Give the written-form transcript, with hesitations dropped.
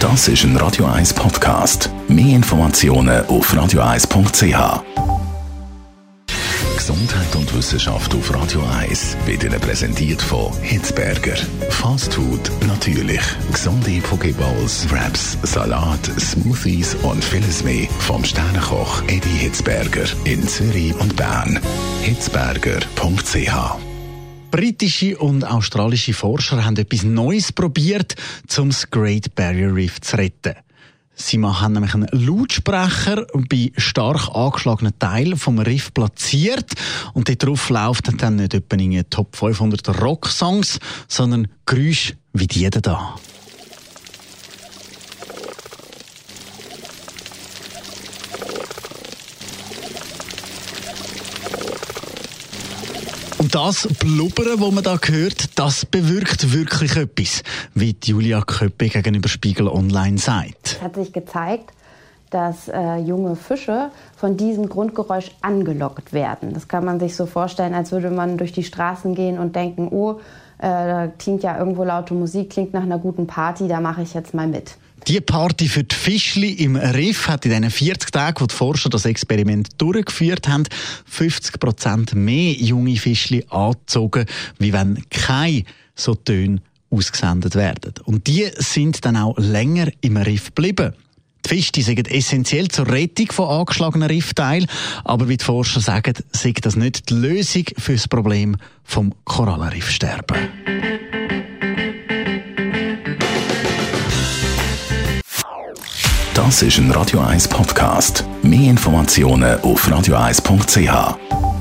Das ist ein Radio 1 Podcast. Mehr Informationen auf radio1.ch. Gesundheit und Wissenschaft auf Radio 1 wird Ihnen präsentiert von Hitzberger. Fast Food natürlich. Gesunde Pokeballs, Wraps, Salat, Smoothies und vieles mehr vom Sternenkoch Edi Hitzberger in Zürich und Bern. hitzberger.ch. Britische und australische Forscher haben etwas Neues probiert, um das Great Barrier Reef zu retten. Sie haben nämlich einen Lautsprecher bei stark angeschlagenen Teilen vom Riff platziert und dort drauf läuft dann nicht etwa in Top 500 Rocksongs, sondern Geräusche wie die da. Und das Blubbern, das man da hört, das bewirkt wirklich etwas, wie Julia Köppe gegenüber Spiegel Online sagt. Es hat sich gezeigt, dass junge Fische von diesem Grundgeräusch angelockt werden. Das kann man sich so vorstellen, als würde man durch die Straßen gehen und denken, da klingt ja irgendwo laute Musik, klingt nach einer guten Party, da mache ich jetzt mal mit. Die Party für die Fischli im Riff hat in diesen 40 Tagen, wo die Forscher das Experiment durchgeführt haben, 50% mehr junge Fischli angezogen, wie wenn keine so Töne ausgesendet werden. Und die sind dann auch länger im Riff geblieben. Die Fische sind essentiell zur Rettung von angeschlagenen Riffteilen, aber wie die Forscher sagen, sei das nicht die Lösung für das Problem vom Korallenriffsterben. Das ist ein Radio 1 Podcast. Mehr Informationen auf radio1.ch.